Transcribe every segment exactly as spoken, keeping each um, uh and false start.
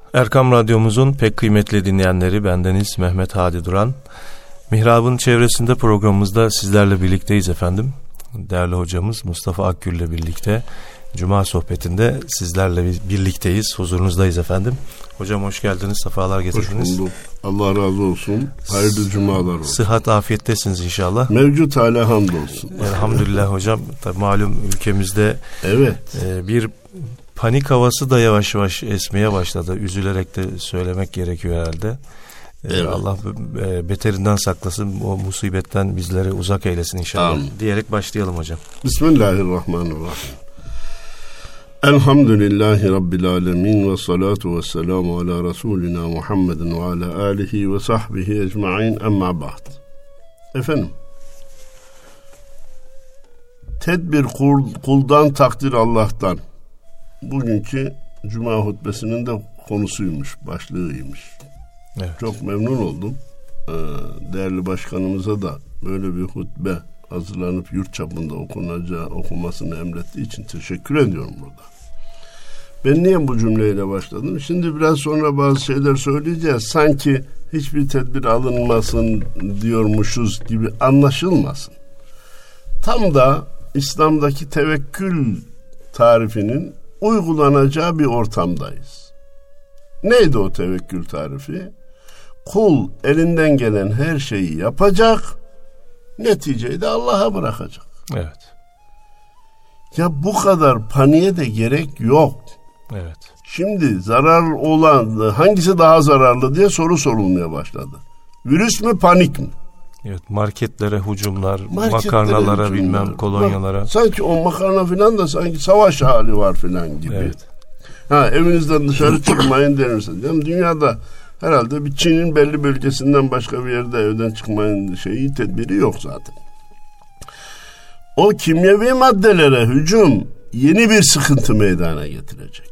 Erkam Radyomuzun pek kıymetli dinleyenleri, bendeniz Mehmet Hadi Duran. Mihrab'ın çevresinde programımızda sizlerle birlikteyiz efendim. Değerli hocamız Mustafa Akgül ile birlikte Cuma sohbetinde sizlerle birlikteyiz, huzurunuzdayız efendim. Hocam hoş geldiniz, sefalar getirdiniz. Hoş bulduk. Allah razı olsun. Hayırlı cumalar olsun. Sıhhat, afiyettesiniz inşallah. Mevcut hala hamdolsun. Elhamdülillah hocam. Tabii malum ülkemizde evet. e, bir panik havası da yavaş yavaş esmeye başladı. Üzülerek de söylemek gerekiyor herhalde. Evet. Allah beterinden saklasın, o musibetten bizleri uzak eylesin inşallah. Amin. Diyerek başlayalım hocam. Bismillahirrahmanirrahim. Elhamdülillahi Rabbil alemin ve salatu ve selamu ala Resulina Muhammedin ve ala alihi ve sahbihi ecma'in, emma ba'd. Efendim, tedbir kul, kuldan, takdir Allah'tan. Bugünkü Cuma hutbesinin de konusuymuş, başlığıymış. Evet. Çok memnun oldum. Ee, değerli başkanımıza da böyle bir hutbe hazırlanıp yurt çapında okunacağı, okumasını emrettiği için teşekkür ediyorum burada. Ben niye bu cümleyle başladım? Şimdi biraz sonra bazı şeyler söyleyeceğiz. Sanki hiçbir tedbir alınmasın diyormuşuz gibi anlaşılmasın. Tam da İslam'daki tevekkül tarifinin uygulanacağı bir ortamdayız. Neydi o tevekkül tarifi? Kul elinden gelen her şeyi yapacak, neticeyi de Allah'a bırakacak. Evet. Ya bu kadar paniğe de gerek yok. Evet. Şimdi zarar olan hangisi daha zararlı diye soru sorulmaya başladı. Virüs mü, panik mi? Evet, marketlere hücumlar, marketlere makarnalara hücumlar, bilmem kolonyalara. Sanki o makarna filan da sanki savaş hali var filan gibi. Evet. Ha, evinizden dışarı çıkmayın denirsiniz. Yani dünyada herhalde bir Çin'in belli bölgesinden başka bir yerde evden çıkmayın şeyi, tedbiri yok zaten. O kimyevi maddelere hücum yeni bir sıkıntı meydana getirecek.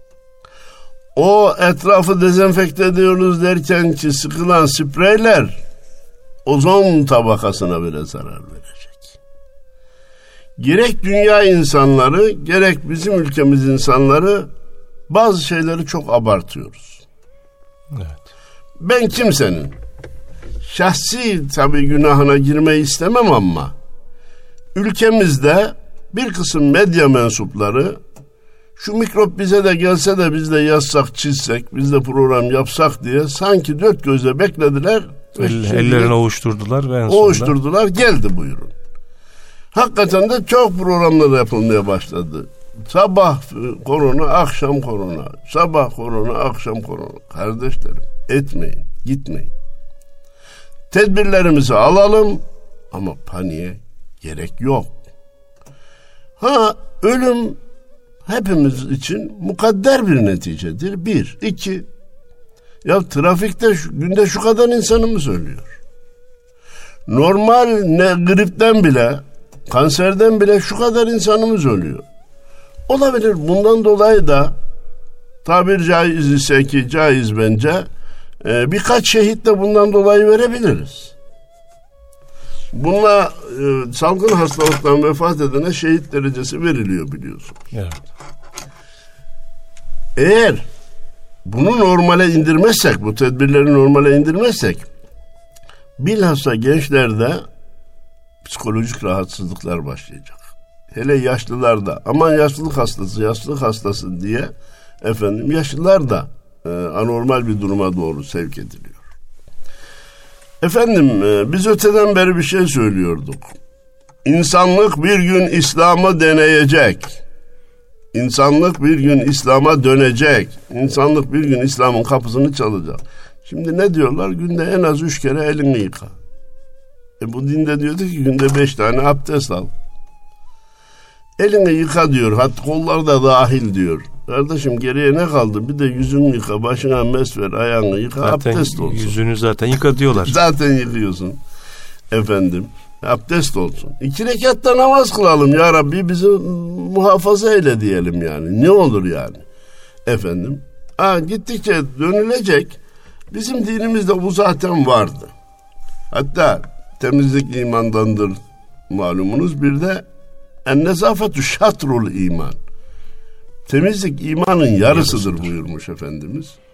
O etrafı dezenfekte ediyoruz derken ki sıkılan spreyler ozon tabakasına bile zarar verecek. Gerek dünya insanları, gerek bizim ülkemiz insanları bazı şeyleri çok abartıyoruz. Evet. Ben kimsenin şahsi tabii günahına girmeyi istemem ama ülkemizde bir kısım medya mensupları şu mikrop bize de gelse de biz de yazsak, çizsek, biz de program yapsak diye sanki dört gözle beklediler. El, ellerini ovuşturdular ve en sonunda... Ovuşturdular, geldi buyurun. Hakikaten de çok programlar yapılmaya başladı. Sabah korona, akşam korona. Sabah korona, akşam korona. Kardeşlerim, etmeyin, gitmeyin. Tedbirlerimizi alalım ama paniğe gerek yok. Ha, ölüm hepimiz için mukadder bir neticedir. Bir. İki. Ya trafikte şu, günde şu kadar insanımız ölüyor. Normal ne gripten bile, kanserden bile şu kadar insanımız ölüyor. Olabilir. Bundan dolayı da tabir caiz ise ki caiz bence e, birkaç şehit de bundan dolayı verebiliriz. Bununla e, salgın hastalıktan vefat edene şehit derecesi veriliyor biliyorsun. Evet. Eğer bunu normale indirmezsek, bu tedbirleri normale indirmezsek, bilhassa gençlerde psikolojik rahatsızlıklar başlayacak. Hele yaşlılarda, aman yaşlılık hastası, yaşlılık hastası diye efendim yaşlılar da e, anormal bir duruma doğru sevk ediliyor. Efendim e, biz öteden beri bir şey söylüyorduk. İnsanlık bir gün İslam'ı deneyecek. İnsanlık bir gün İslam'a dönecek. İnsanlık bir gün İslam'ın kapısını çalacak. Şimdi ne diyorlar? Günde en az üç kere elini yıka. E bu dinde diyordu ki günde beş tane abdest al. Elini yıka diyor. Hatta kollar da dahil diyor. Kardeşim geriye ne kaldı? Bir de yüzünü yıka, başına mes ver, ayağını yıka, zaten abdest olsun. Yüzünü zaten yıka diyorlar. Zaten yıkıyorsun. Efendim, abdest olsun. İki rekatta namaz kılalım ya Rabbi, bizi muhafaza eyle diyelim yani. Ne olur yani. Efendim, ha, gittikçe dönülecek. Bizim dinimizde bu zaten vardı. Hatta temizlik imandandır malumunuz. Bir de en-nezafetü şatrul iman. Temizlik imanın yarısıdır buyurmuş Efendimiz.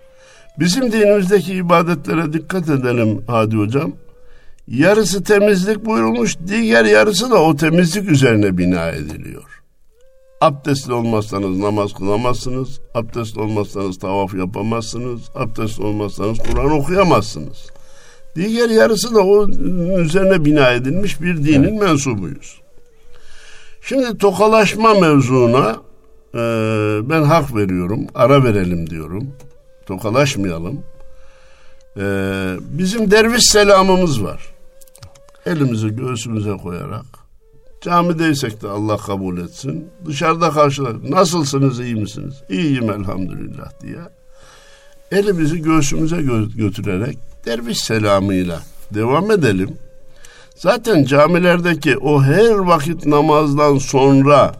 Bizim dinimizdeki ibadetlere dikkat edelim Hadi Hocam. Yarısı temizlik buyurulmuş, diğer yarısı da o temizlik üzerine bina ediliyor. Abdestli olmazsanız namaz kılamazsınız, abdestli olmazsanız tavaf yapamazsınız, abdestli olmazsanız Kur'an okuyamazsınız. Diğer yarısı da o üzerine bina edilmiş bir dinin evet. mensubuyuz. Şimdi tokalaşma mevzuna e, ben hak veriyorum, ara verelim diyorum. Tokalaşmayalım. E, bizim derviş selamımız var. Elimizi göğsümüze koyarak, camideysek de Allah kabul etsin. Dışarıda karşılar. Nasılsınız, iyi misiniz? İyiyim elhamdülillah diye. Elimizi göğsümüze gö- götürerek derviş selamıyla devam edelim. Zaten camilerdeki o her vakit namazdan sonra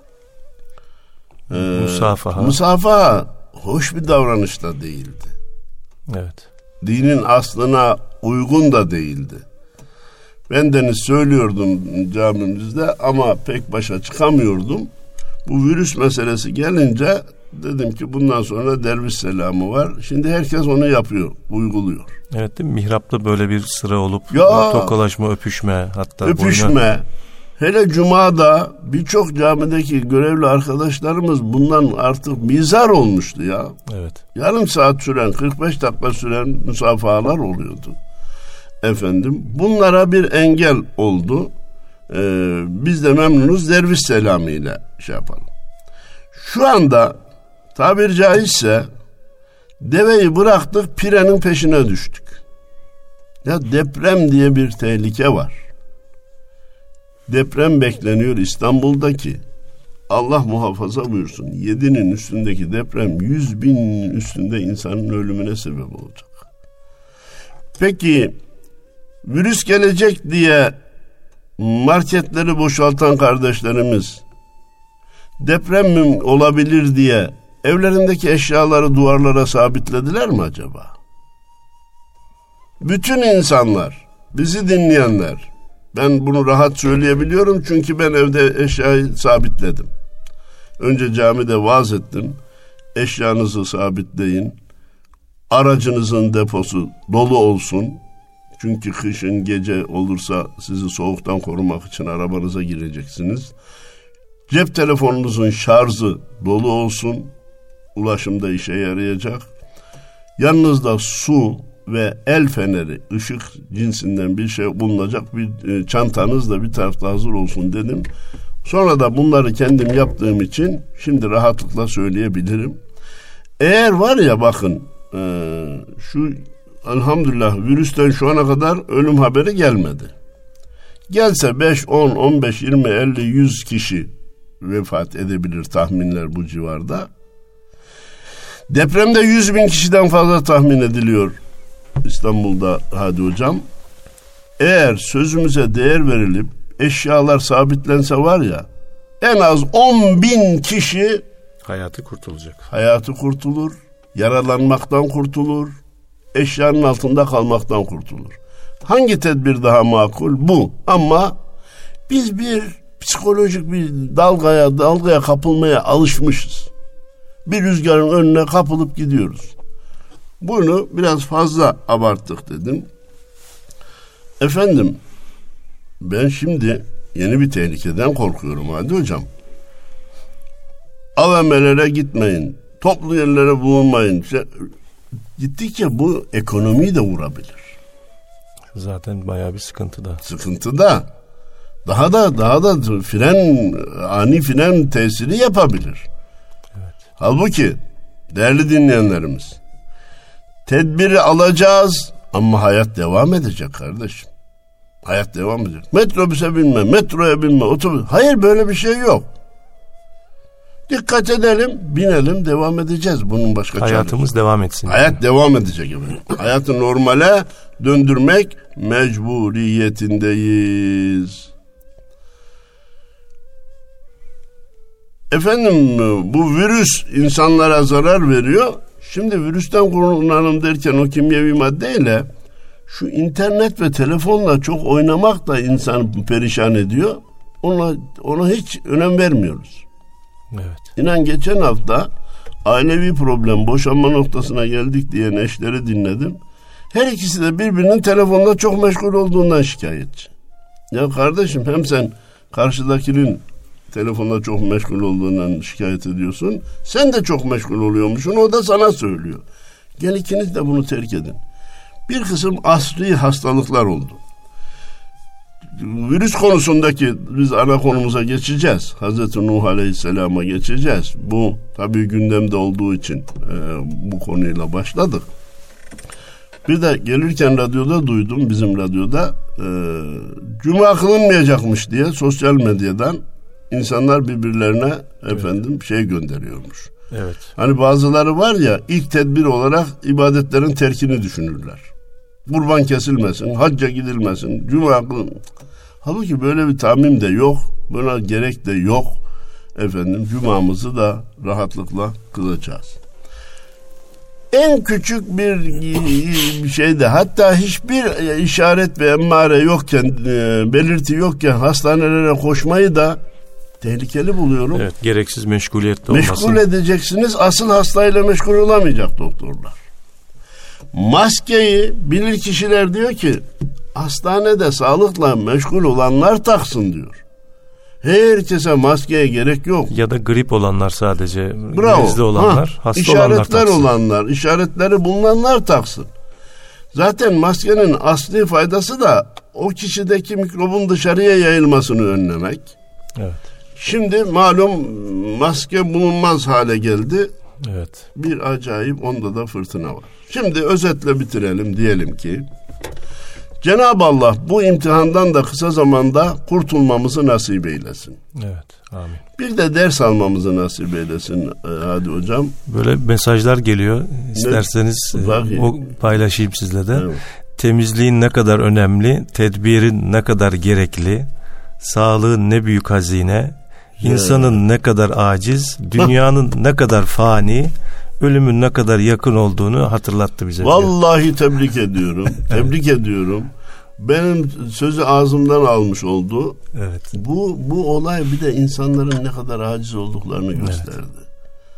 e, musafaha. musafaha hoş bir davranış da değildi. Evet. Dinin aslına uygun da değildi. Ben deniz söylüyordum camimizde ama pek başa çıkamıyordum. Bu virüs meselesi gelince dedim ki bundan sonra derviş selamı var. Şimdi herkes onu yapıyor, uyguluyor. Evet, değil mi? Mihrapta böyle bir sıra olup ya, tokalaşma, öpüşme, hatta öpüşme. Boyuna... Hele Cuma'da birçok camideki görevli arkadaşlarımız bundan artık mizar olmuştu ya. Evet. Yarım saat süren, kırk beş dakika süren müsafahalar oluyordu. Efendim, bunlara bir engel oldu. Ee, biz de memnunuz, derviş selamıyla şey yapalım. Şu anda tabiri caizse deveyi bıraktık, pirenin peşine düştük. Ya deprem diye bir tehlike var. Deprem bekleniyor İstanbul'daki. Allah muhafaza buyursun. Yedinin üstündeki deprem yüz bin üstünde insanın ölümüne sebep olacak. Peki virüs gelecek diye marketleri boşaltan kardeşlerimiz, deprem mi olabilir diye evlerindeki eşyaları duvarlara sabitlediler mi acaba? Bütün insanlar, bizi dinleyenler, ben bunu rahat söyleyebiliyorum çünkü ben evde eşyayı sabitledim. Önce camide vaaz ettim. Eşyanızı sabitleyin. Aracınızın deposu dolu olsun. Çünkü kışın gece olursa sizi soğuktan korumak için arabanıza gireceksiniz. Cep telefonunuzun şarjı dolu olsun. Ulaşımda işe yarayacak. Yanınızda su ve el feneri, ışık cinsinden bir şey bulunacak bir çantanız da bir tarafta hazır olsun dedim. Sonra da bunları kendim yaptığım için şimdi rahatlıkla söyleyebilirim. Eğer var ya bakın e, şu elhamdülillah virüsten şu ana kadar ölüm haberi gelmedi. Gelse beş, on, on beş, yirmi, elli, yüz kişi vefat edebilir tahminler bu civarda. Depremde yüz bin kişiden fazla tahmin ediliyor İstanbul'da Hadi Hocam. Eğer sözümüze değer verilip eşyalar sabitlense var ya, en az on bin kişi hayatı kurtulacak. Hayatı kurtulur, yaralanmaktan kurtulur, eşyanın altında kalmaktan kurtulur. Hangi tedbir daha makul? Bu. Ama biz bir psikolojik bir dalgaya, dalgaya kapılmaya alışmışız. Bir rüzgarın önüne kapılıp gidiyoruz. Bunu biraz fazla abarttık dedim. Efendim, ben şimdi yeni bir tehlikeden korkuyorum Hadi Hocam. A V M'lere gitmeyin, toplu yerlere bulunmayın. İşte, gittikçe bu ekonomiyi de vurabilir. Zaten bayağı bir sıkıntıda. Sıkıntıda. Daha da daha da fren, ani fren tesiri yapabilir. Evet. Halbuki değerli dinleyenlerimiz, tedbiri alacağız ama hayat devam edecek kardeşim. Hayat devam edecek. Metrobüse binme, metroya binme, otobüs. Hayır, böyle bir şey yok. Dikkat edelim, binelim, devam edeceğiz. Bunun başka hayatımız çaresi. Devam etsin. Hayat yani. Devam edecek efendim. Hayatı normale döndürmek mecburiyetindeyiz. Efendim, bu virüs insanlara zarar veriyor. Şimdi virüsten korunalım derken o kimyevi maddeyle şu internet ve telefonla çok oynamak da insanı perişan ediyor. Ona, ona hiç önem vermiyoruz. Evet. İnan geçen hafta ailevi problem, boşanma noktasına geldik diyen eşleri dinledim. Her ikisi de birbirinin telefonla çok meşgul olduğundan şikayetçi. Ya kardeşim, hem sen karşıdakinin telefonla çok meşgul olduğundan şikayet ediyorsun, sen de çok meşgul oluyormuşsun, o da sana söylüyor. Gel ikiniz de bunu terk edin. Bir kısım asri hastalıklar oldu. Virüs konusundaki biz ana konumuza geçeceğiz. Hazreti Nuh Aleyhisselam'a geçeceğiz. Bu tabii gündemde olduğu için e, bu konuyla başladık. Bir de gelirken radyoda duydum, bizim radyoda e, cuma kılınmayacakmış diye sosyal medyadan insanlar birbirlerine evet. efendim şey gönderiyormuş. Evet. Hani bazıları var ya, ilk tedbir olarak ibadetlerin terkini düşünürler. Kurban kesilmesin, hacca gidilmesin, cuma kılın. Halbuki böyle bir tahmin de yok, buna gerek de yok. Efendim cumamızı da rahatlıkla kılacağız. En küçük bir şeyde, hatta hiçbir işaret ve emmare yokken, belirti yokken hastanelere koşmayı da tehlikeli buluyorum. Evet, gereksiz meşguliyette olmasın. Meşgul edeceksiniz, asıl hastayla meşgul olamayacak doktorlar. Maskeyi bilir kişiler diyor ki hastanede sağlıkla meşgul olanlar taksın diyor. Herkese maskeye gerek yok. Ya da grip olanlar sadece, bravo, olanlar, ha, hasta olanlar taksın. İşaretler olanlar, işaretleri bulunanlar taksın. Zaten maskenin asli faydası da o kişideki mikrobun dışarıya yayılmasını önlemek. Evet. Şimdi malum maske bulunmaz hale geldi. Evet. Bir acayip, onda da fırtına var. Şimdi özetle bitirelim, diyelim ki Cenab-ı Allah bu imtihandan da kısa zamanda kurtulmamızı nasip eylesin. Evet, amin. Bir de ders almamızı nasip eylesin hadi hocam. Böyle mesajlar geliyor. İsterseniz ne? o paylaşayım sizle de. Evet. Temizliğin ne kadar önemli, tedbirin ne kadar gerekli, sağlığın ne büyük hazine, insanın ne kadar aciz, dünyanın ne kadar fani, ölümün ne kadar yakın olduğunu hatırlattı bize. Vallahi tebrik ediyorum. Tebrik ediyorum. Benim sözü ağzımdan almış oldu. Evet. Bu bu olay bir de insanların ne kadar aciz olduklarını gösterdi. Evet.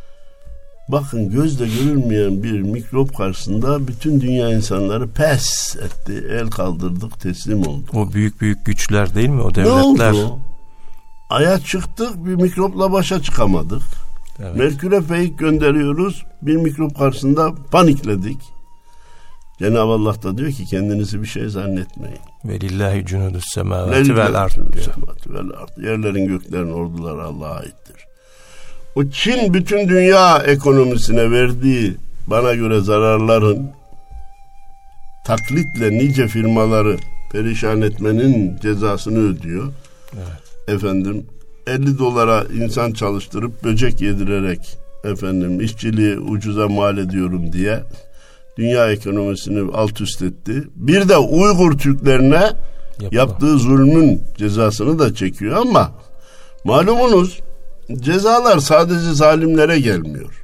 Bakın, gözle görülmeyen bir mikrop karşısında bütün dünya insanları pes etti. El kaldırdık, teslim olduk. O büyük büyük güçler değil mi? O devletler. Ne oldu? Aya çıktık, bir mikropla başa çıkamadık. Evet. Merkür'e feyik gönderiyoruz, bir mikrop karşısında panikledik. Cenab-ı Allah da diyor ki kendinizi bir şey zannetmeyin. Velillahi cunudus semavati vel ard diyor. Yerlerin göklerin orduları Allah'a aittir. O Çin bütün dünya ekonomisine verdiği bana göre zararların taklitle nice firmaları perişan etmenin cezasını ödüyor. Evet. Efendim elli dolara insan çalıştırıp böcek yedirerek efendim işçiliği ucuza mal ediyorum diye dünya ekonomisini alt üst etti. Bir de Uygur Türklerine Yapma. yaptığı zulmün cezasını da çekiyor ama malumunuz cezalar sadece zalimlere gelmiyor.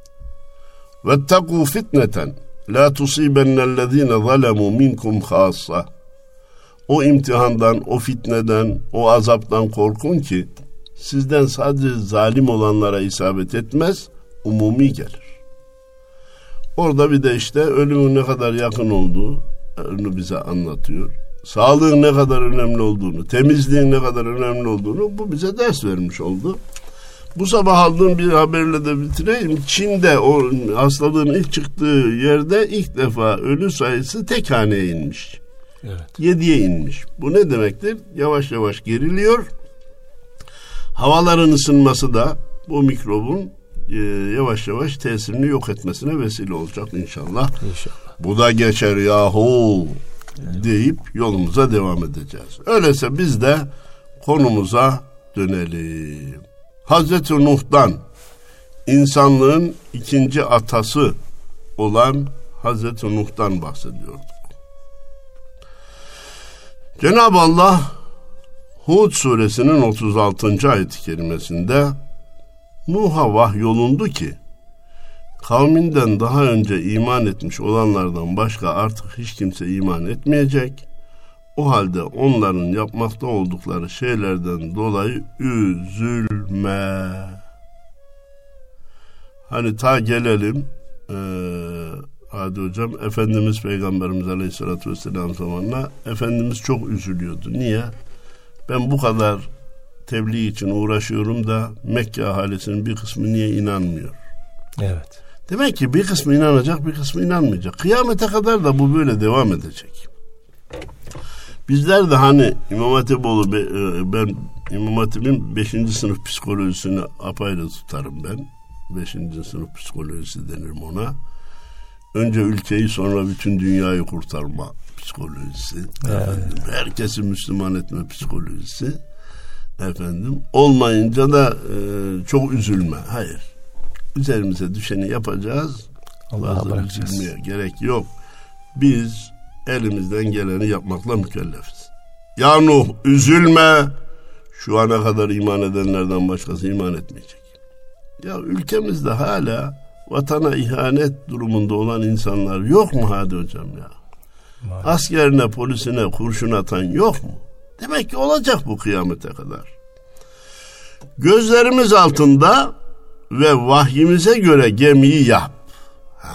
Vettekû fitneten la tusibennellezîne zalemû minkum khâssâ. O imtihandan, o fitneden, o azaptan korkun ki sizden sadece zalim olanlara isabet etmez, umumi gelir. Orada bir de işte ölümün ne kadar yakın olduğunu bize anlatıyor. Sağlığın ne kadar önemli olduğunu, temizliğin ne kadar önemli olduğunu bu bize ders vermiş oldu. Bu sabah aldığım bir haberle de bitireyim. Çin'de o hastalığın ilk çıktığı yerde ilk defa ölü sayısı tek haneye inmiş. Evet. Yediye inmiş. Bu ne demektir? Yavaş yavaş geriliyor. Havaların ısınması da bu mikrobun e, yavaş yavaş tesirini yok etmesine vesile olacak inşallah. İnşallah. Bu da geçer yahu deyip yolumuza devam edeceğiz. Öyleyse biz de konumuza dönelim. Hazreti Nuh'dan, insanlığın ikinci atası olan Hazreti Nuh'tan bahsediyorduk. Cenab-ı Allah Hud suresinin otuz altıncı ayet-i kerimesinde Nuh'a vahyolundu ki kavminden daha önce iman etmiş olanlardan başka artık hiç kimse iman etmeyecek. O halde onların yapmakta oldukları şeylerden dolayı üzülme. Hani ta gelelim e, Hadi hocam, Efendimiz Peygamberimiz Aleyhisselatü Vesselam zamanla Efendimiz çok üzülüyordu. Niye? Ben bu kadar tebliğ için uğraşıyorum da Mekke ahalisinin bir kısmı niye inanmıyor? Evet. Demek ki bir kısmı inanacak, bir kısmı inanmayacak. Kıyamete kadar da bu böyle devam edecek. Bizler de hani İmam Hatipoğlu, ben İmam Hatip'in beşinci sınıf psikolojisini apayrı tutarım ben. beşinci sınıf psikolojisi denirim ona. Önce ülkeyi, sonra bütün dünyayı kurtarma psikolojisi. Evet. Efendim, herkesi Müslüman etme psikolojisi. Efendim, olmayınca da e, çok üzülme. Hayır. Üzerimize düşeni yapacağız. Allah'a bırakacağız. Üzülmeye gerek yok. Biz elimizden geleni yapmakla mükellefiz. Ya Nuh, üzülme. Şu ana kadar iman edenlerden başkası iman etmeyecek. Ya ülkemizde hala vatana ihanet durumunda olan insanlar yok mu Hadi hocam ya? Maalesef. Askerine, polisine kurşun atan yok mu? Demek ki olacak bu kıyamete kadar. Gözlerimiz altında ve vahyimize göre gemiyi yap. Ha.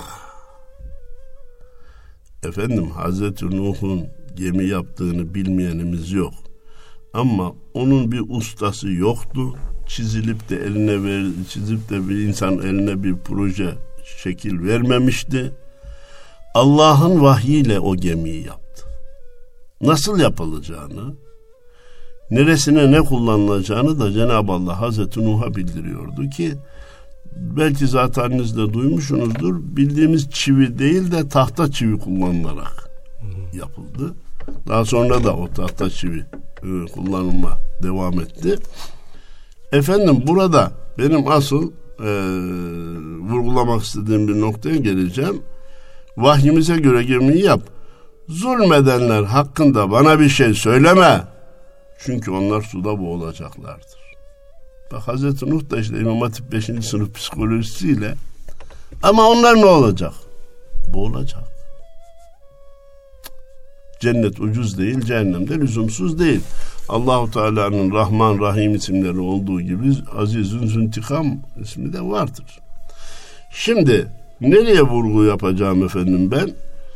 Efendim, Hazreti Nuh'un gemi yaptığını bilmeyenimiz yok. Ama onun bir ustası yoktu. Çizilip de eline ver, çizip de bir insan eline bir proje şekil vermemişti. Allah'ın vahyiyle o gemiyi yaptı. Nasıl yapılacağını, neresine ne kullanılacağını da Cenab-ı Allah Hazreti Nuh'a bildiriyordu ki, belki zaten de duymuşsunuzdur, bildiğimiz çivi değil de tahta çivi kullanılarak yapıldı. Daha sonra da o tahta çivi e, kullanılma devam etti. Efendim, burada benim asıl e, vurgulamak istediğim bir noktaya geleceğim. Vahyimize göre gemiyi yap. Zulmedenler hakkında bana bir şey söyleme. Çünkü onlar suda boğulacaklardır. Bak, Hazreti Nuh da işte İmam Hatip beşinci sınıf psikolojisiyle, ama onlar ne olacak? Boğulacak. Cennet ucuz değil, cehennem de lüzumsuz değil. Allah-u Teala'nın Rahman, Rahim isimleri olduğu gibi Azizün Züntikam ismi de vardır. Şimdi nereye vurgu yapacağım efendim ben?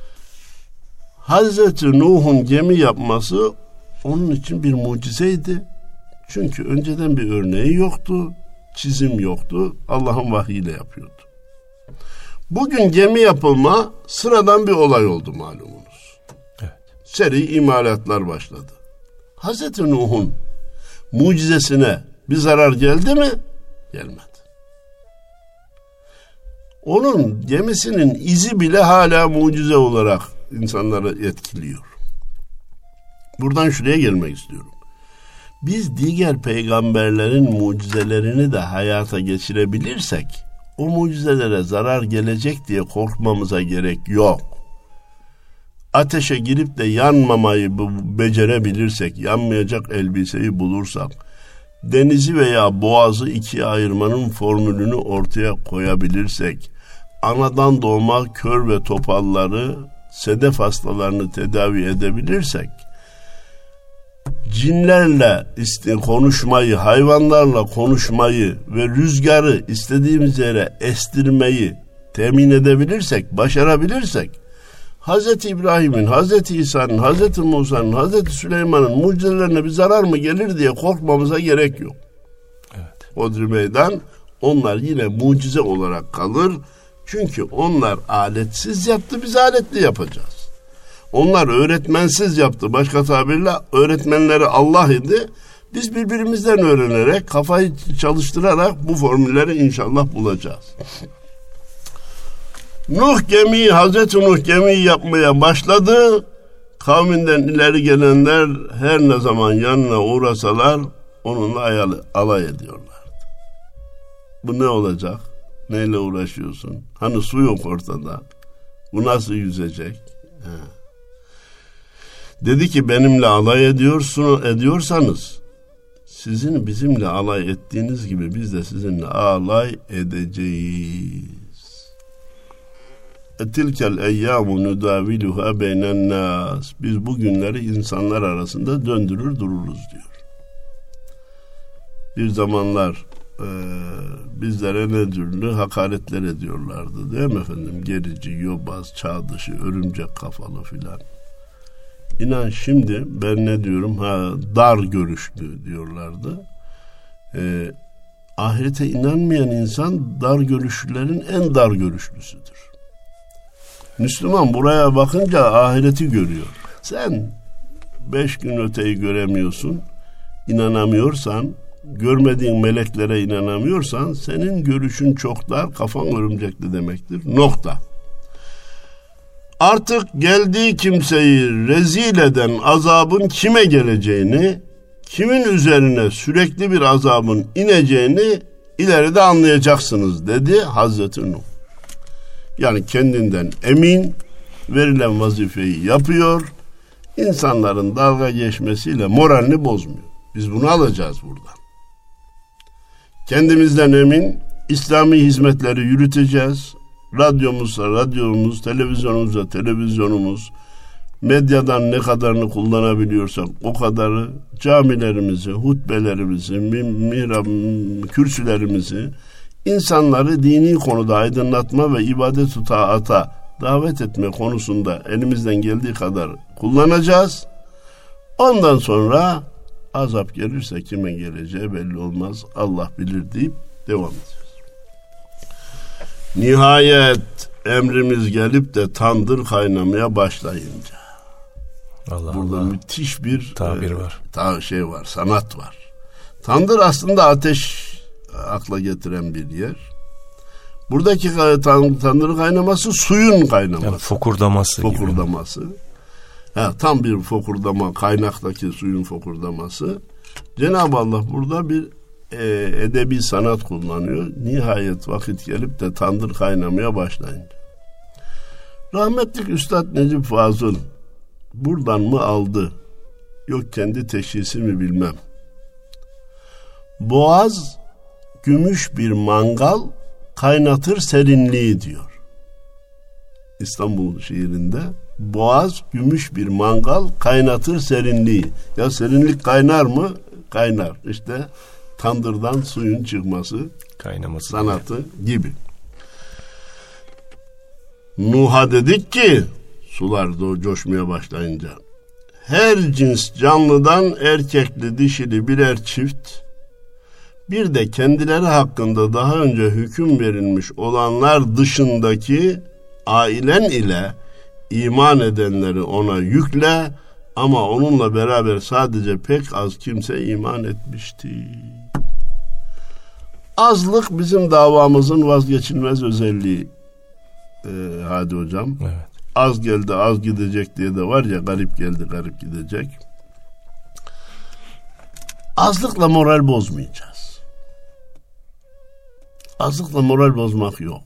Hazreti Nuh'un gemi yapması onun için bir mucizeydi. Çünkü önceden bir örneği yoktu, çizim yoktu, Allah'ın vahyiyle yapıyordu. Bugün gemi yapılma sıradan bir olay oldu malumunuz. Evet. Seri imalatlar başladı. Hazreti Nuh'un mucizesine bir zarar geldi mi? Gelmedi. Onun gemisinin izi bile hala mucize olarak insanları etkiliyor. Buradan şuraya gelmek istiyorum. Biz diğer peygamberlerin mucizelerini de hayata geçirebilirsek, o mucizelere zarar gelecek diye korkmamıza gerek yok. Ateşe girip de yanmamayı becerebilirsek, yanmayacak elbiseyi bulursak, denizi veya boğazı ikiye ayırmanın formülünü ortaya koyabilirsek, anadan doğma kör ve topalları, sedef hastalarını tedavi edebilirsek, cinlerle konuşmayı, hayvanlarla konuşmayı ve rüzgarı istediğimiz yere estirmeyi temin edebilirsek, başarabilirsek, Hazreti İbrahim'in, Hazreti İsa'nın, Hazreti Musa'nın, Hazreti Süleyman'ın mucizelerine bir zarar mı gelir diye korkmamıza gerek yok. Evet. Hodri meydan, onlar yine mucize olarak kalır. Çünkü onlar aletsiz yaptı, biz aletli yapacağız. Onlar öğretmensiz yaptı. Başka tabirle öğretmenleri Allah idi. Biz birbirimizden öğrenerek, kafayı çalıştırarak bu formülleri inşallah bulacağız. Nuh gemiyi, Hazreti Nuh gemiyi yapmaya başladı. Kavminden ileri gelenler her ne zaman yanına uğrasalar onunla ayalı, alay ediyorlardı. Bu ne olacak? Neyle uğraşıyorsun? Hani su yok ortada. Bu nasıl yüzecek? He. Dedi ki, benimle alay ediyorsun, ediyorsanız sizin bizimle alay ettiğiniz gibi biz de sizinle alay edeceğiz. Etilkel eyyamu nudaviluha beynen nas. Biz bu günleri insanlar arasında döndürür dururuz diyor. Bir zamanlar e, bizlere ne türlü hakaretler ediyorlardı değil mi efendim? Gerici, yobaz, çağ dışı, örümcek kafalı filan. İnan şimdi ben ne diyorum? Ha, dar görüşlü diyorlardı. E, ahirete inanmayan insan dar görüşlülerin en dar görüşlüsüdür. Müslüman buraya bakınca ahireti görüyor. Sen beş gün öteyi göremiyorsun, inanamıyorsan, görmediğin meleklere inanamıyorsan senin görüşün çok dar, kafan örümcekli demektir. Nokta. Artık geldiği kimseyi rezil eden azabın kime geleceğini, kimin üzerine sürekli bir azabın ineceğini ileride anlayacaksınız dedi Hazreti Nuh. Yani kendinden emin, verilen vazifeyi yapıyor, insanların dalga geçmesiyle moralini bozmuyor. Biz bunu alacağız buradan. Kendimizden emin, İslami hizmetleri yürüteceğiz. Radyomuzsa radyomuz, televizyonumuzsa televizyonumuz, medyadan ne kadarını kullanabiliyorsak o kadarı, camilerimizi, hutbelerimizi, mihrab, kürsülerimizi, insanları dini konuda aydınlatma ve ibadet-ü taata davet etme konusunda elimizden geldiği kadar kullanacağız. Ondan sonra azap gelirse kime geleceği belli olmaz. Allah bilir deyip devam edeceğiz. Nihayet emrimiz gelip de tandır kaynamaya başlayınca. Allah Burada Allah. müthiş bir tabir e, var. Ta şey var, sanat var. Tandır aslında ateş akla getiren bir yer. Buradaki tandır kaynaması suyun kaynaması. Yani fokurdaması. Fokurdaması. Gibi. Ha, tam bir fokurdama, kaynaktaki suyun fokurdaması. Cenab-ı Allah burada bir e, edebi sanat kullanıyor. Nihayet vakit gelip de tandır kaynamaya başlayınca. Rahmetlik Üstad Necip Fazıl buradan mı aldı? Yok kendi teşhisi mi bilmem. Boğaz gümüş bir mangal kaynatır serinliği diyor. İstanbul şiirinde Boğaz gümüş bir mangal kaynatır serinliği. Ya serinlik kaynar mı? Kaynar. İşte tandırdan suyun çıkması, kaynaması sanatı gibi. gibi. Nuh'a dedik ki sular coşmaya başlayınca her cins canlıdan erkekli dişili birer çift, bir de kendileri hakkında daha önce hüküm verilmiş olanlar dışındaki ailen ile iman edenleri ona yükle, ama onunla beraber sadece pek az kimse iman etmişti. Azlık bizim davamızın vazgeçilmez özelliği. Ee, hadi hocam. Evet. Az geldi az gidecek diye de var ya, garip geldi garip gidecek. Azlıkla moral bozmayacağız. Azlıkla moral bozmak yok.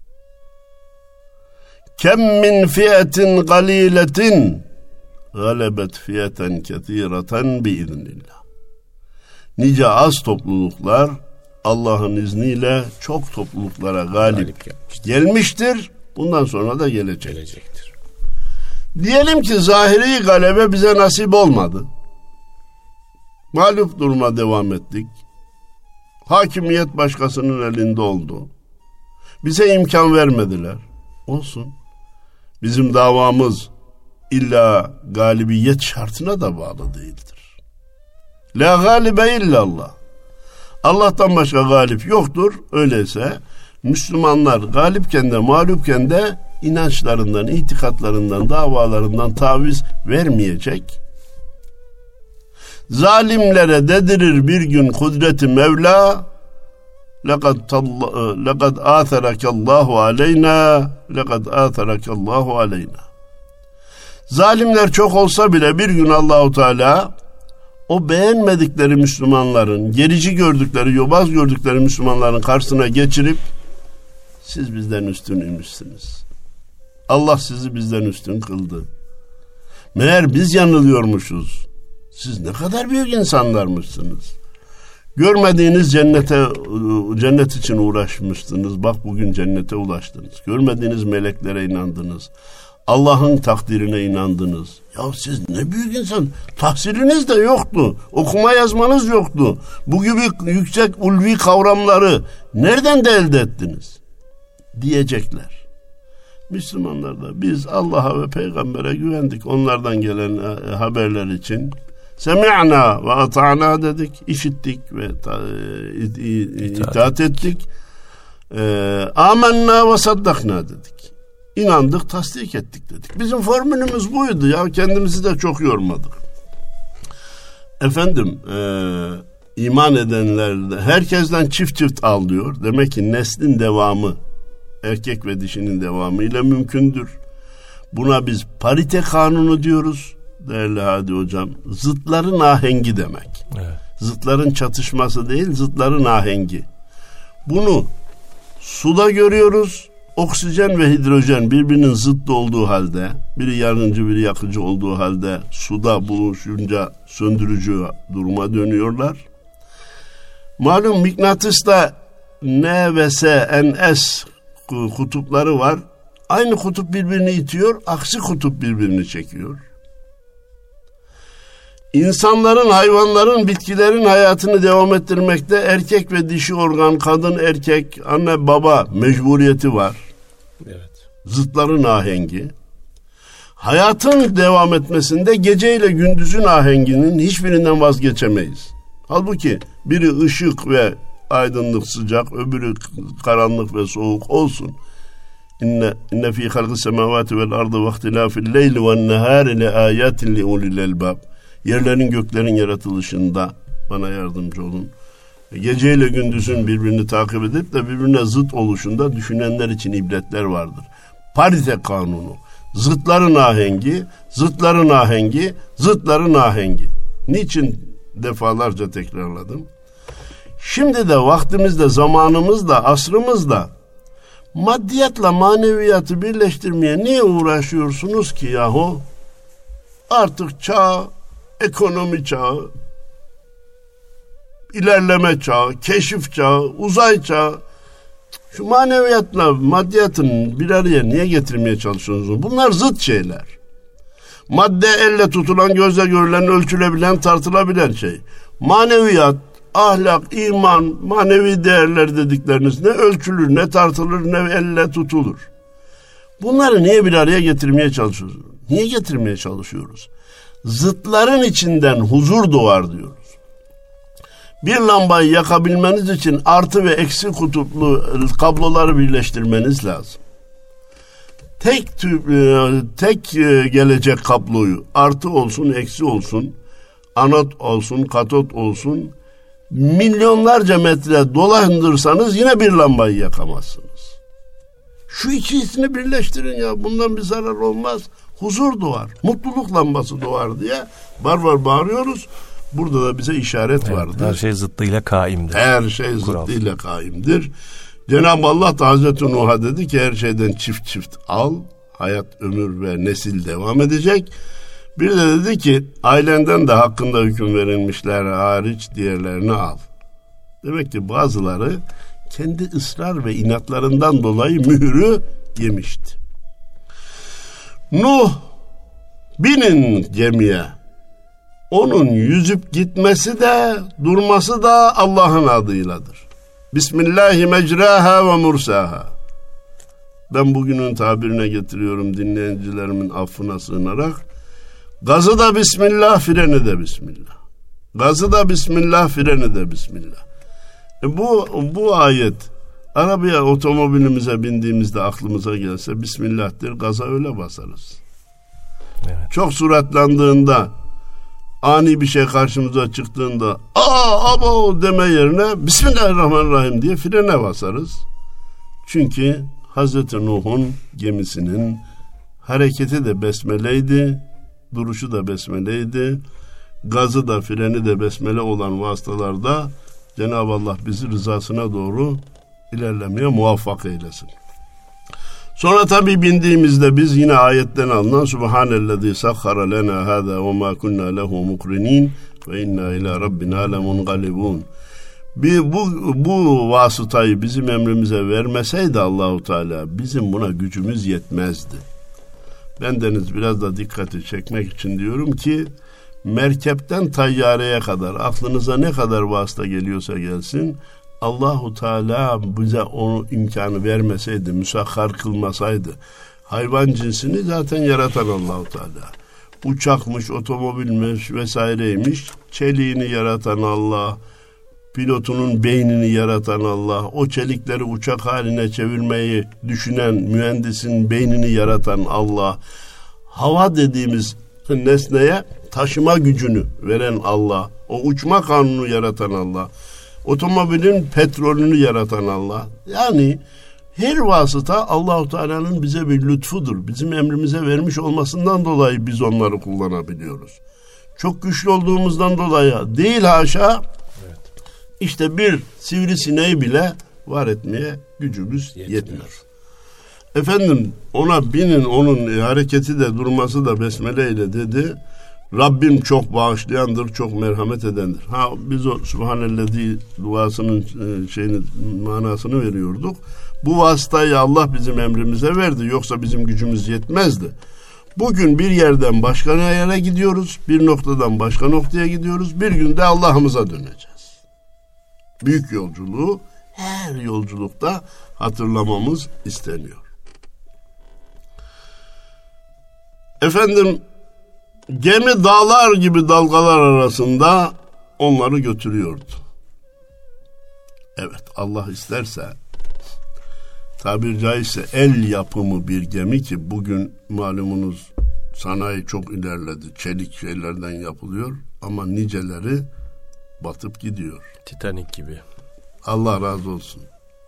Kem min fiyetin galiletin galebet fiyeten kethireten biiznillah. Nice az topluluklar Allah'ın izniyle çok topluluklara galip, galip gelmiştir. Bundan sonra da gelecek. gelecektir. Diyelim ki zahiri galebe bize nasip olmadı. Mağlup duruma devam ettik. Hakimiyet başkasının elinde oldu. Bize imkan vermediler. Olsun. Bizim davamız illa galibiyet şartına da bağlı değildir. La galibe illallah. Allah'tan başka galip yoktur. Öyleyse Müslümanlar galipken de mağlupken de inançlarından, itikatlarından, davalarından taviz vermeyecek. Zalimlere dedirir bir gün kudreti Mevla, lekad lekad atharakallahu aleyna, lekad atharakallahu aleyna. Zalimler çok olsa bile bir gün Allahu Teala o beğenmedikleri Müslümanların, gerici gördükleri, yobaz gördükleri Müslümanların karşısına geçirip siz bizden üstünüymüşsünüz. Allah sizi bizden üstün kıldı. Meğer biz yanılıyormuşuz. Siz ne kadar büyük insanlarmışsınız. Görmediğiniz cennete, cennet için uğraşmışsınız. Bak bugün cennete ulaştınız. Görmediğiniz meleklere inandınız. Allah'ın takdirine inandınız. Ya siz ne büyük insan. Tahsiliniz de yoktu. Okuma yazmanız yoktu. Bu gibi yüksek ulvi kavramları nereden de elde ettiniz? Diyecekler. Müslümanlar da biz Allah'a ve peygambere güvendik. Onlardan gelen e, haberler için. Semi'na ve ata'na dedik. İşittik ve ta, e, e, itaat ettik. E, Amenna ve saddakna dedik. İnandık, tasdik ettik dedik. Bizim formülümüz buydu ya. Kendimizi de çok yormadık. Efendim e, iman edenler de herkesten çift çift al diyor. Demek ki neslin devamı erkek ve dişinin devamıyla mümkündür. Buna biz parite kanunu diyoruz değerli Hadi Hocam. Zıtların ahengi demek. Evet. Zıtların çatışması değil, zıtların ahengi. Bunu suda görüyoruz. Oksijen ve hidrojen birbirinin zıttı olduğu halde, biri yanıcı biri yakıcı olduğu halde suda buluşunca söndürücü duruma dönüyorlar. Malum mıknatısta N ve S, N S kutupları var. Aynı kutup birbirini itiyor, aksi kutup birbirini çekiyor. İnsanların, hayvanların, bitkilerin hayatını devam ettirmekte erkek ve dişi organ, kadın, erkek, anne, baba mecburiyeti var. Evet. Zıtların ahengi. Hayatın devam etmesinde gece ile gündüzün ahenginin hiçbirinden vazgeçemeyiz. Halbuki biri ışık ve aydınlık, sıcak, öbürü karanlık ve soğuk olsun. İnne inne fi halqis semavati vel ardı ve ihtilafil leyli ven nehari le ayatin li ulil elbab. Yerlerin göklerin yaratılışında bana yardımcı olun. Geceyle gündüzün birbirini takip edip de birbirine zıt oluşunda düşünenler için ibretler vardır. Parite kanunu. Zıtların ahengi, zıtların ahengi, zıtların ahengi. Niçin defalarca tekrarladım? Şimdi de vaktimizde, zamanımızda, asrımızda maddiyatla maneviyatı birleştirmeye niye uğraşıyorsunuz ki yahu? Artık çağ, ekonomi çağı, ilerleme çağı, keşif çağı, uzay çağı. Şu maneviyatla maddiyatın bir araya niye getirmeye çalışıyorsunuz? Bunlar zıt şeyler. Madde elle tutulan, gözle görülen, ölçülebilen, tartılabilen şey. Maneviyat, ahlak, iman, manevi değerler dedikleriniz ne ölçülür, ne tartılır, ne elle tutulur. Bunları niye bir araya getirmeye çalışıyoruz? Niye getirmeye çalışıyoruz? Zıtların içinden huzur doğar diyoruz. Bir lambayı yakabilmeniz için artı ve eksi kutuplu kabloları birleştirmeniz lazım. Tek tüp, tek gelecek kabloyu artı olsun, eksi olsun, anot olsun, katot olsun, milyonlarca metre dolandırsanız yine bir lambayı yakamazsınız. Şu ikisini birleştirin ya, bundan bir zarar olmaz. Huzur doğar, mutluluk lambası doğar diye var var bağırıyoruz. Burada da bize işaret evet, vardır. Her şey zıttıyla kaimdir. Her şey Kural. zıttıyla kaimdir. Cenab-ı Allah da Hazreti Nuh'a dedi ki her şeyden çift çift al. Hayat, ömür ve nesil devam edecek. Bir de dedi ki ailenden de hakkında hüküm verilmişler hariç diğerlerini al. Demek ki bazıları kendi ısrar ve inatlarından dolayı mührü yemişti. Nuh binin gemiye. Onun yüzüp gitmesi de durması da Allah'ın adıyladır. Bismillahi mecraha ve mursaha. Ben bugünün tabirine getiriyorum dinleyicilerimin affına sığınarak. Gazı da Bismillah, freni de Bismillah. Gazı da Bismillah, freni de Bismillah. E bu, bu ayet arabaya, otomobilimize bindiğimizde aklımıza gelse Bismillah'tir, gaza öyle basarız. Evet. Çok suratlandığında, ani bir şey karşımıza çıktığında aa abo deme yerine Bismillahirrahmanirrahim diye frene basarız. Çünkü Hazreti Nuh'un gemisinin hareketi de besmeleydi, duruşu da besmeleydi, gazı da freni de besmele olan vasıtalarda Cenab-ı Allah bizi rızasına doğru ilerlemeye muvaffak eylesin. Sonra tabii bindiğimizde biz yine ayetten alınan Subhanellezî sakhara lena hâzâ ve mâ kunnâ lehu mukrinîn ve innâ ilâ rabbinâ lemungalibûn. Bir, bu, bu vasıtayı bizim emrimize vermeseydi Allahu Teala bizim buna gücümüz yetmezdi. bendeniz biraz da dikkati çekmek için diyorum ki merkepten tayyareye kadar aklınıza ne kadar vasıta geliyorsa gelsin, Allahu Teala bize onu imkanı vermeseydi, müsahhar kılmasaydı, hayvan cinsini zaten yaratan Allahu Teala. Uçakmış, otomobilmiş vesaireymiş, çeliğini yaratan Allah, pilotunun beynini yaratan Allah, o çelikleri uçak haline çevirmeyi düşünen mühendisin beynini yaratan Allah, hava dediğimiz nesneye taşıma gücünü veren Allah, o uçma kanunu yaratan Allah, otomobilin petrolünü yaratan Allah. Yani her vasıta Allahu Teala'nın bize bir lütfudur. Bizim emrimize vermiş olmasından dolayı biz onları kullanabiliyoruz. Çok güçlü olduğumuzdan dolayı değil haşa. Evet. İşte bir sivrisineği bile var etmeye gücümüz yetmiyor. yetmiyor. Efendim ona binin, onun hareketi de durması da besmele ile dedi. Rabbim çok bağışlayandır, çok merhamet edendir. Ha biz o Subhanellezi duasının şeyini, manasını veriyorduk. Bu vasıtayı Allah bizim emrimize verdi. Yoksa bizim gücümüz yetmezdi. Bugün bir yerden başka yere gidiyoruz. Bir noktadan başka noktaya gidiyoruz. Bir günde Allah'ımıza döneceğiz. Büyük yolculuğu her yolculukta hatırlamamız isteniyor. Efendim, gemi dağlar gibi dalgalar arasında onları götürüyordu. Evet, Allah isterse, tabiri caizse el yapımı bir gemi ki bugün malumunuz sanayi çok ilerledi. Çelik şeylerden yapılıyor ama niceleri batıp gidiyor. Titanic gibi. Allah razı olsun.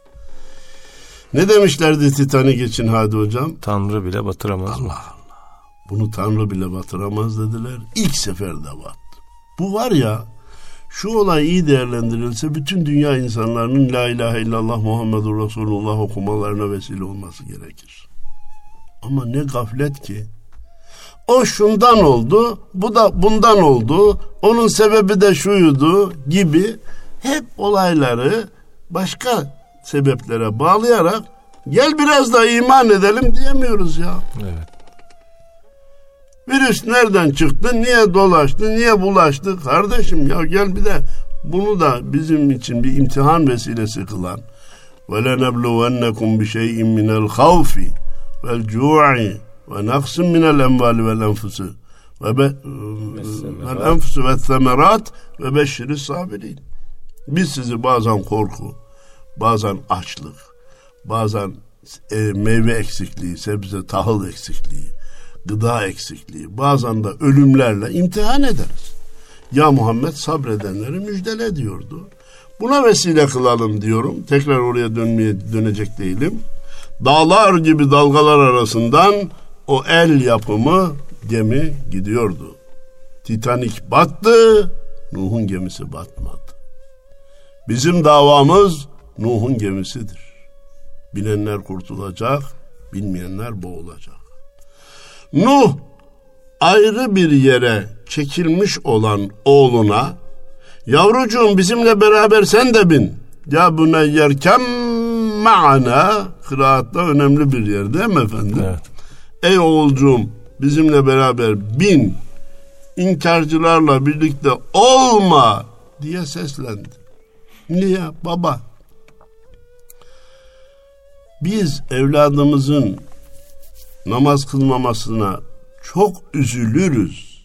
Ne demişlerdi Titanic için Hadi Hocam? Tanrı bile batıramaz Allah mı? Allah. Bunu Tanrı bile batıramaz dediler. İlk seferde battı. Bu var ya, şu olay iyi değerlendirilse bütün dünya insanların La ilahe illallah Muhammedur Resulullah okumalarına vesile olması gerekir. Ama ne gaflet ki. O şundan oldu, bu da bundan oldu, onun sebebi de şuydu gibi hep olayları başka sebeplere bağlayarak gel biraz da iman edelim diyemiyoruz ya. Evet. Virüs nereden çıktı, niye dolaştı, niye bulaştı? Kardeşim ya gel bir de bunu da bizim için bir imtihan vesilesi kılan وَلَنَبْلُوَنَّكُمْ بِشَيْءٍ مِنَ الْخَوْفِ وَالْجُوعِ وَنَقْسٍ مِنَ الْاَنْوَالِ وَالْاَنْفُسِ وَالْاَنْفُسِ وَالثَّمَرَاتِ وَبَشِّرِ الصَّابِرِينَ. Biz sizi bazen korku, bazen açlık, bazen e, meyve eksikliği, sebze, tahıl eksikliği, gıda eksikliği, bazen de ölümlerle imtihan ederiz. Ya Muhammed sabredenleri müjdele diyordu. Buna vesile kılalım diyorum. Tekrar oraya dönmeye dönecek değilim. Dağlar gibi dalgalar arasından o el yapımı gemi gidiyordu. Titanic battı, Nuh'un gemisi batmadı. Bizim davamız Nuh'un gemisidir. Bilenler kurtulacak, bilmeyenler boğulacak. Nuh ayrı bir yere çekilmiş olan oğluna yavrucuğum bizimle beraber sen de bin. Ya buneyyerkem ma'ana kıraatta önemli bir yer değil mi efendim? Evet. Ey oğulcuğum bizimle beraber bin. İnkarcılarla birlikte olma diye seslendi. Niye baba? Biz evladımızın namaz kılmamasına çok üzülürüz.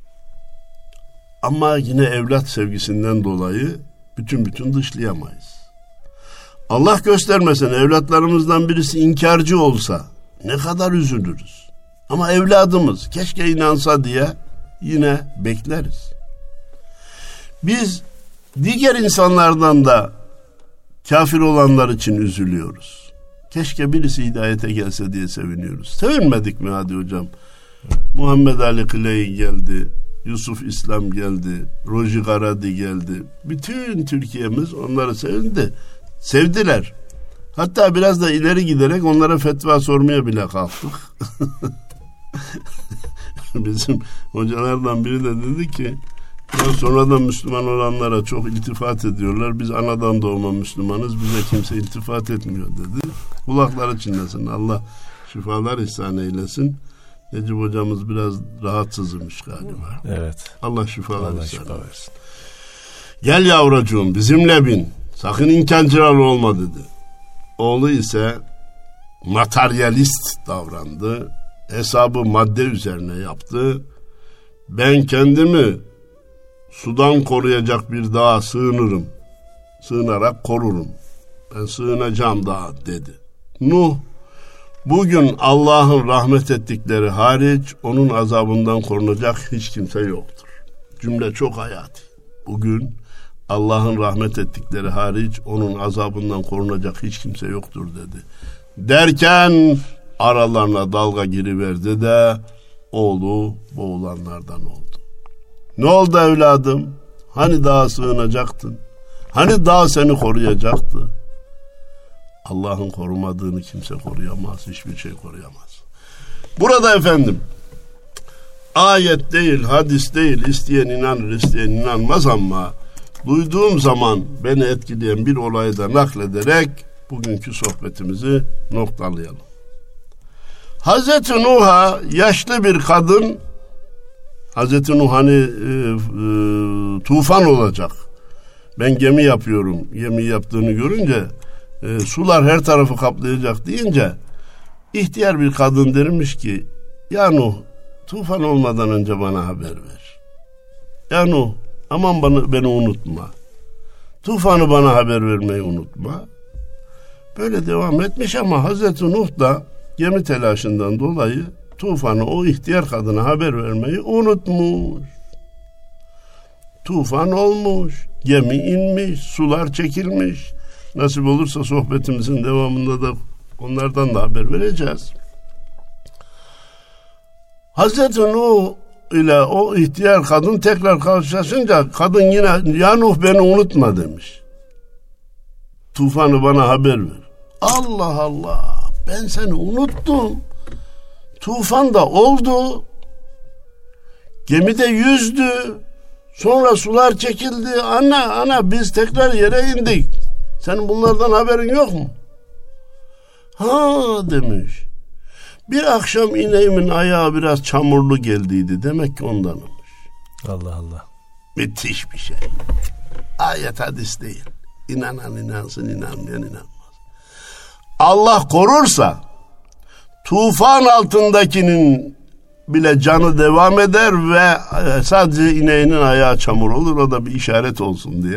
Ama yine evlat sevgisinden dolayı bütün bütün dışlayamayız. Allah göstermesin evlatlarımızdan birisi inkarcı olsa ne kadar üzülürüz. Ama evladımız keşke inansa diye yine bekleriz. Biz diğer insanlardan da kafir olanlar için üzülüyoruz. Keşke birisi hidayete gelse diye seviniyoruz. Sevinmedik mi Hadi Hocam? Muhammed Ali Clay geldi, Yusuf İslam geldi, Roji Garadi geldi. Bütün Türkiye'miz onları sevdi. Sevdiler. Hatta biraz da ileri giderek onlara fetva sormaya bile kalktık. Bizim hocalardan biri de dedi ki ya sonradan Müslüman olanlara çok iltifat ediyorlar. Biz anadan doğma Müslümanız. Bize kimse iltifat etmiyor dedi. Kulakları çınlasın. Allah şifalar ihsan eylesin. Necip hocamız biraz rahatsızmış galiba. Evet. Allah şifa Allah versin. şifa versin. Gel yavrucuğum bizimle bin. Sakın inkarcılar olma dedi. Oğlu ise materyalist davrandı. Hesabı madde üzerine yaptı. Ben kendimi sudan koruyacak bir dağa sığınırım. Sığınarak korurum. Ben sığınacağım dağa dedi. Nuh, bugün Allah'ın rahmet ettikleri hariç onun azabından korunacak hiç kimse yoktur. Cümle çok hayati. Bugün Allah'ın rahmet ettikleri hariç onun azabından korunacak hiç kimse yoktur dedi. Derken aralarına dalga giriverdi de oğlu boğulanlardan oldu. Ne oldu evladım? Hani dağa sığınacaktın? Hani dağ seni koruyacaktı? Allah'ın korumadığını kimse koruyamaz. Hiçbir şey koruyamaz. Burada efendim ayet değil, hadis değil, isteyen inanır, isteyen inanmaz ama duyduğum zaman beni etkileyen bir olayı da naklederek bugünkü sohbetimizi noktalayalım. Hazreti Nuh'a yaşlı bir kadın, Hazreti Nuh hani e, e, tufan olacak, ben gemi yapıyorum, gemi yaptığını görünce e, sular her tarafı kaplayacak deyince ihtiyar bir kadın dermiş ki ya Nuh, tufan olmadan önce bana haber ver. Ya Nuh, aman bana, beni unutma. Tufanı bana haber vermeyi unutma. Böyle devam etmiş ama Hazreti Nuh da gemi telaşından dolayı tufanı o ihtiyar kadına haber vermeyi unutmuş. Tufan olmuş, gemi inmiş, sular çekilmiş. Nasip olursa sohbetimizin devamında da onlardan da haber vereceğiz. Hazreti Nuh ile o ihtiyar kadın tekrar karşılaşınca kadın yine ya Nuh beni unutma demiş. Tufanı bana haber ver. Allah Allah, ben seni unuttum. Tufan da oldu. Gemide yüzdü. Sonra sular çekildi. Ana ana biz tekrar yere indik. Senin bunlardan haberin yok mu? Ha demiş. Bir akşam ineğimin ayağı biraz çamurlu geldiydi. Demek ki ondanmış. Allah Allah. Müthiş bir şey. Ayet hadis değil. İnanan inansın, inanmayan inanmaz. Allah korursa tufan altındakinin bile canı devam eder ve sadece ineğinin ayağı çamur olur. O da bir işaret olsun diye.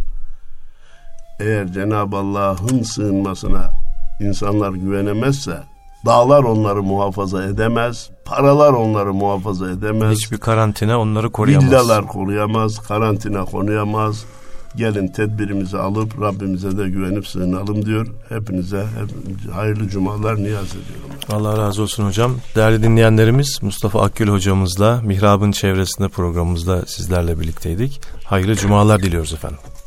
Eğer Cenab-ı Allah'ın sığınmasına insanlar güvenemezse dağlar onları muhafaza edemez, paralar onları muhafaza edemez. Hiçbir karantina onları koruyamaz. Villalar koruyamaz, karantina koruyamaz. Gelin tedbirimizi alıp Rabbimize de güvenip sığınalım diyor. Hepinize hep, hayırlı cumalar niyaz ediyorum. Allah razı olsun hocam. Değerli dinleyenlerimiz, Mustafa Akgül hocamızla Mihrab'ın çevresinde programımızda sizlerle birlikteydik. Hayırlı cumalar diliyoruz efendim.